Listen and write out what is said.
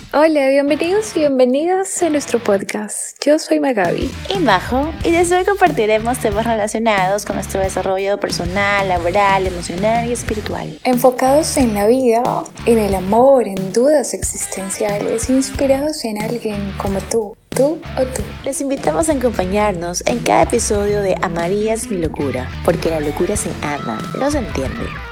Hola, bienvenidos y bienvenidas a nuestro podcast. Yo soy Magaby y Majo, y desde hoy compartiremos temas relacionados con nuestro desarrollo personal, laboral, emocional y espiritual. Enfocados en la vida, en el amor, en dudas existenciales, inspirados en alguien como tú o tú. Les invitamos a acompañarnos en cada episodio de Amarías mi locura, porque la locura se ama, no se entiende.